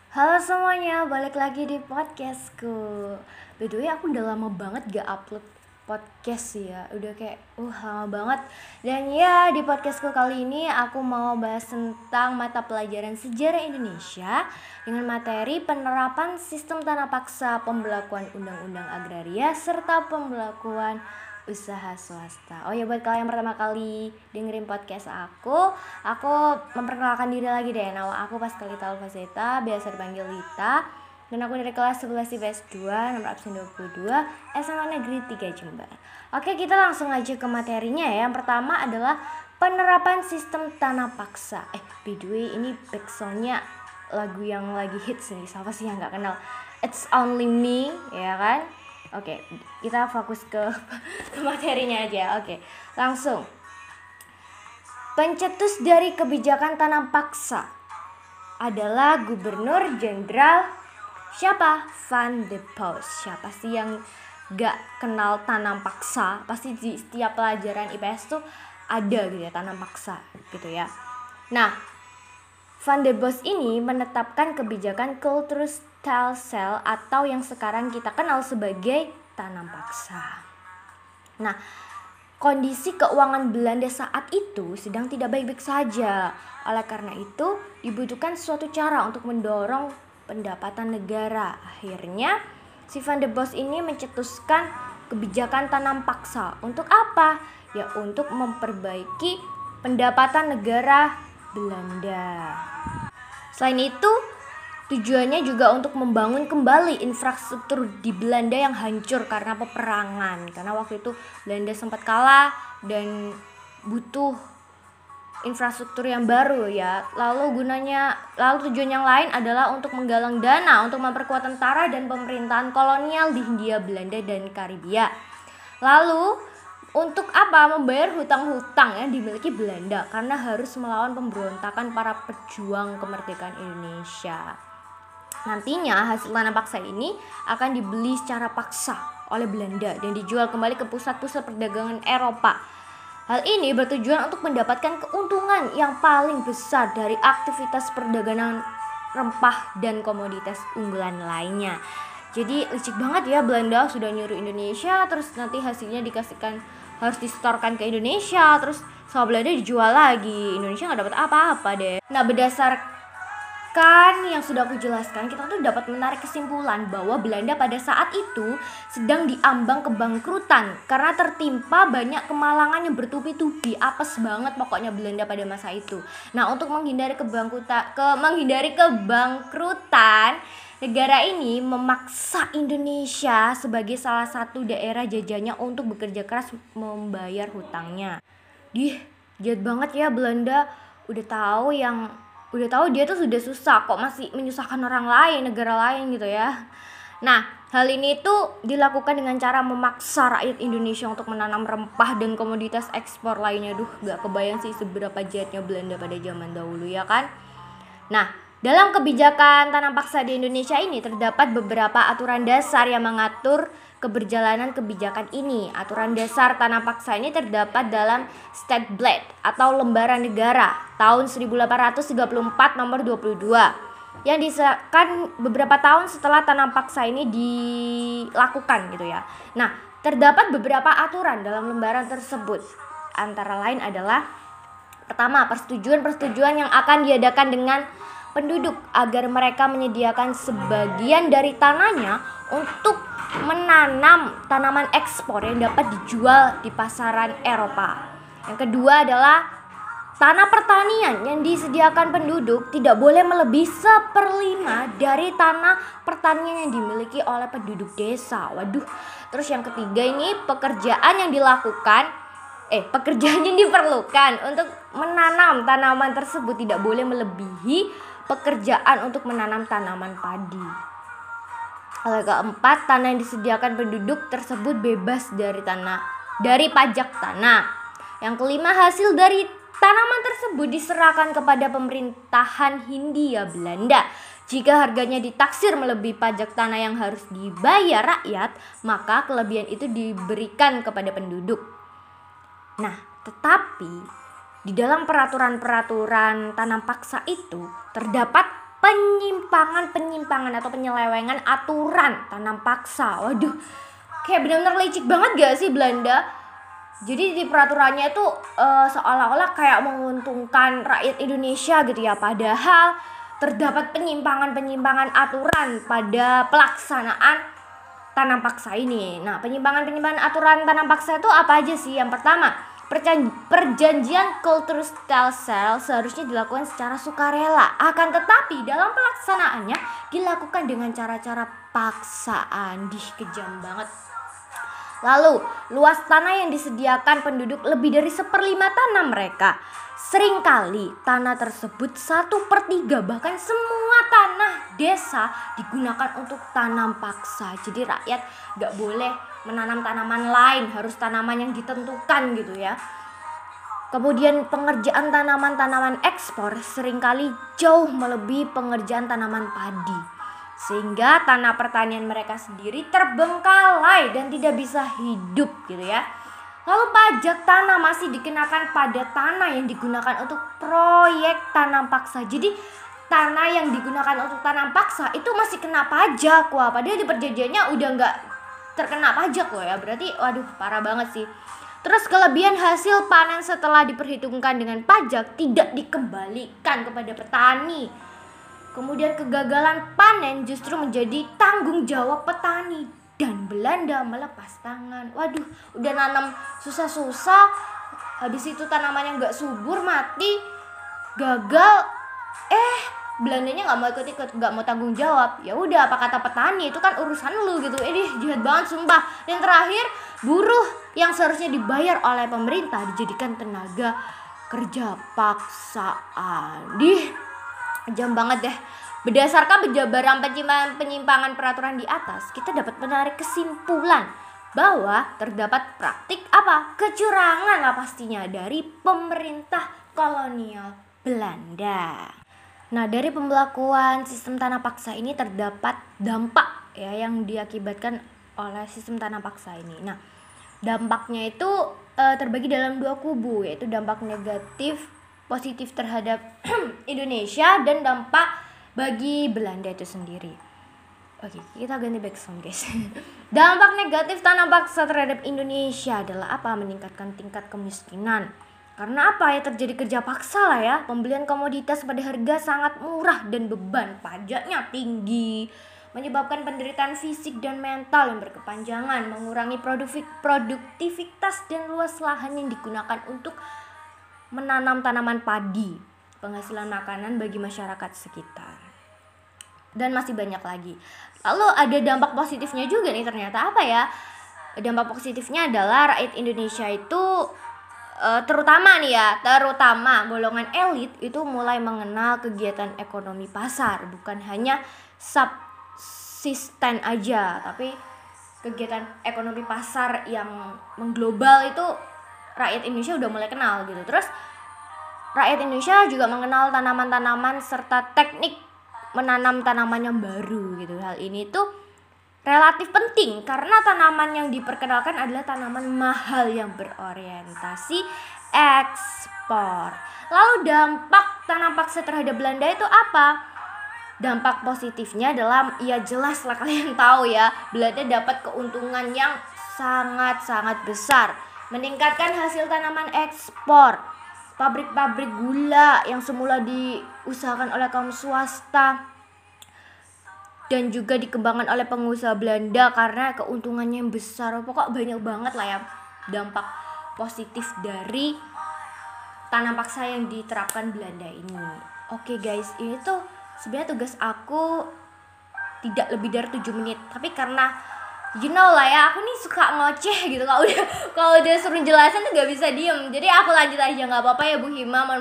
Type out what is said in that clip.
Halo semuanya, balik lagi di podcastku. By the way, aku udah lama banget gak upload podcast ya. Udah kayak, lama banget. Dan ya, di podcastku kali ini aku mau bahas tentang mata pelajaran sejarah Indonesia dengan materi penerapan sistem tanah paksa, pembelakuan undang-undang agraria, serta pembelakuan usaha swasta. Oh ya, buat kalian yang pertama kali dengerin podcast aku memperkenalkan diri lagi deh. Nama aku Pascalita Alfazeta, biasa dipanggil Lita. Dan aku dari kelas 11 IPS 2, nomor absen 22, SMA Negeri 3 Jember. Oke, kita langsung aja ke materinya ya. Yang pertama adalah penerapan sistem tanah paksa. By the way, ini backsoundnya lagu yang lagi hits nih. Siapa sih yang gak kenal? It's Only Me, ya kan? Oke, kita fokus ke materinya aja. Oke, langsung. Pencetus dari kebijakan tanam paksa adalah Gubernur Jenderal siapa? Van de Post. Siapa sih yang gak kenal tanam paksa? Pasti di setiap pelajaran IPS tuh ada gitu ya, tanam paksa gitu ya. Nah, Van de Post ini menetapkan kebijakan Kulturstelsel atau yang sekarang kita kenal sebagai tanam paksa. Nah, kondisi keuangan Belanda saat itu sedang tidak baik-baik saja. Oleh karena itu, dibutuhkan suatu cara untuk mendorong pendapatan negara. Akhirnya, si Van de Post ini mencetuskan kebijakan tanam paksa. Untuk apa? Ya, untuk memperbaiki pendapatan negara Belanda. Selain itu, tujuannya juga untuk membangun kembali infrastruktur di Belanda yang hancur karena peperangan. Karena waktu itu Belanda sempat kalah dan butuh infrastruktur yang baru ya. Lalu tujuan yang lain adalah untuk menggalang dana untuk memperkuat tentara dan pemerintahan kolonial di Hindia Belanda dan Karibia. Lalu untuk apa? Membayar hutang-hutang yang dimiliki Belanda karena harus melawan pemberontakan para pejuang kemerdekaan Indonesia. Nantinya hasil tanah paksa ini akan dibeli secara paksa oleh Belanda dan dijual kembali ke pusat-pusat perdagangan Eropa. Hal ini bertujuan untuk mendapatkan keuntungan yang paling besar dari aktivitas perdagangan rempah dan komoditas unggulan lainnya. Jadi licik banget ya, Belanda sudah nyuruh Indonesia, terus nanti hasilnya harus disetorkan ke Indonesia, terus sama Belanda dijual lagi. Indonesia nggak dapat apa-apa deh. Nah, berdasarkan yang sudah aku jelaskan, kita tuh dapat menarik kesimpulan bahwa Belanda pada saat itu sedang diambang kebangkrutan karena tertimpa banyak kemalangan yang bertubi-tubi. Apes banget pokoknya Belanda pada masa itu. Nah, untuk menghindari kebangkrutan, negara ini memaksa Indonesia sebagai salah satu daerah jajahnya untuk bekerja keras membayar hutangnya. Jahat banget ya Belanda. Udah tahu dia tuh sudah susah kok masih menyusahkan orang lain, negara lain gitu ya. Nah, hal ini tuh dilakukan dengan cara memaksa rakyat Indonesia untuk menanam rempah dan komoditas ekspor lainnya. Gak kebayang sih seberapa jahatnya Belanda pada zaman dahulu ya kan. Nah, dalam kebijakan tanam paksa di Indonesia ini terdapat beberapa aturan dasar yang mengatur keberjalanan kebijakan ini. Aturan dasar tanam paksa ini terdapat dalam Stadblad atau Lembaran Negara tahun 1834 nomor 22 yang disahkan beberapa tahun setelah tanam paksa ini dilakukan gitu ya. Nah, terdapat beberapa aturan dalam lembaran tersebut. Antara lain adalah pertama, persetujuan yang akan diadakan dengan penduduk agar mereka menyediakan sebagian dari tanahnya untuk menanam tanaman ekspor yang dapat dijual di pasaran Eropa. Yang kedua adalah tanah pertanian yang disediakan penduduk tidak boleh melebihi 1/5 dari tanah pertanian yang dimiliki oleh penduduk desa. Terus yang ketiga ini pekerjaan yang diperlukan untuk menanam tanaman tersebut tidak boleh melebihi pekerjaan untuk menanam tanaman padi. Yang keempat, tanah yang disediakan penduduk tersebut bebas dari pajak tanah. Yang kelima, hasil dari tanaman tersebut diserahkan kepada pemerintahan Hindia Belanda. Jika harganya ditaksir melebihi pajak tanah yang harus dibayar rakyat, maka kelebihan itu diberikan kepada penduduk. Nah, tetapi di dalam peraturan-peraturan tanam paksa itu terdapat penyimpangan atau penyelewengan aturan tanam paksa. Waduh, kayak benar-benar licik banget gak sih Belanda? Jadi di peraturannya itu seolah-olah kayak menguntungkan rakyat Indonesia gitu ya. Padahal terdapat penyimpangan aturan pada pelaksanaan tanam paksa ini. Nah, penyimpangan aturan tanam paksa itu apa aja sih? Yang pertama, perjanjian Cultural Sale seharusnya dilakukan secara sukarela. Akan tetapi dalam pelaksanaannya dilakukan dengan cara-cara paksaan. Kejam banget. Lalu, luas tanah yang disediakan penduduk lebih dari 1/5 tanah mereka. Seringkali tanah tersebut 1/3 bahkan semua tanah desa digunakan untuk tanam paksa. Jadi rakyat gak boleh menanam tanaman lain, harus tanaman yang ditentukan gitu ya. Kemudian pengerjaan tanaman ekspor seringkali jauh melebihi pengerjaan tanaman padi. Sehingga tanah pertanian mereka sendiri terbengkalai dan tidak bisa hidup gitu ya. Lalu pajak tanah masih dikenakan pada tanah yang digunakan untuk proyek tanam paksa. Jadi tanah yang digunakan untuk tanam paksa itu masih kena pajak. Wah, padahal di perjanjiannya udah nggak terkena pajak loh ya. Berarti waduh parah banget sih. Terus kelebihan hasil panen setelah diperhitungkan dengan pajak tidak dikembalikan kepada petani. Kemudian kegagalan panen justru menjadi tanggung jawab petani dan Belanda melepas tangan. Waduh, udah nanam susah-susah, habis itu tanamannya nggak subur, mati, gagal. Belandanya nggak mau tanggung jawab. Ya udah, apa kata petani, itu kan urusan lu gitu. Jahat banget sumpah. Dan terakhir, buruh yang seharusnya dibayar oleh pemerintah dijadikan tenaga kerja paksaan. Jam banget deh. Berdasarkan penjabaran penyimpangan peraturan di atas, kita dapat menarik kesimpulan bahwa terdapat praktik kecurangan lah pastinya dari pemerintah kolonial Belanda. Nah, dari pembelakuan sistem tanah paksa ini terdapat dampak ya yang diakibatkan oleh sistem tanah paksa ini. Nah, dampaknya itu terbagi dalam 2 kubu, yaitu dampak positif terhadap Indonesia dan dampak bagi Belanda itu sendiri. Oke, kita ganti background guys. Dampak negatif tanam paksa terhadap Indonesia adalah meningkatkan tingkat kemiskinan. Karena ya terjadi kerja paksa lah ya. Pembelian komoditas pada harga sangat murah dan beban pajaknya tinggi, menyebabkan penderitaan fisik dan mental yang berkepanjangan, mengurangi produktivitas dan luas lahan yang digunakan untuk menanam tanaman padi, penghasilan makanan bagi masyarakat sekitar. Dan masih banyak lagi. Lalu ada dampak positifnya juga nih ternyata dampak positifnya adalah rakyat Indonesia itu terutama golongan elit itu mulai mengenal kegiatan ekonomi pasar, bukan hanya subsisten aja, tapi kegiatan ekonomi pasar yang mengglobal itu rakyat Indonesia udah mulai kenal gitu. Terus rakyat Indonesia juga mengenal tanaman-tanaman serta teknik menanam tanaman yang baru gitu. Hal ini tuh relatif penting karena tanaman yang diperkenalkan adalah tanaman mahal yang berorientasi ekspor. Lalu dampak tanam paksa terhadap Belanda itu apa? Dampak positifnya adalah jelas lah kalian tahu ya, Belanda dapat keuntungan yang sangat-sangat besar. Meningkatkan hasil tanaman ekspor. Pabrik-pabrik gula yang semula diusahakan oleh kaum swasta dan juga dikembangkan oleh pengusaha Belanda karena keuntungannya yang besar. Pokok banyak banget lah ya dampak positif dari tanam paksa yang diterapkan Belanda ini. Oke guys, ini tuh sebenarnya tugas aku tidak lebih dari 7 menit. Tapi karena lah ya, aku nih suka ngoceh gitu. Kalau udah suruh jelasin tuh gak bisa diem. Jadi aku lanjut aja, gak apa-apa ya Bu Hima.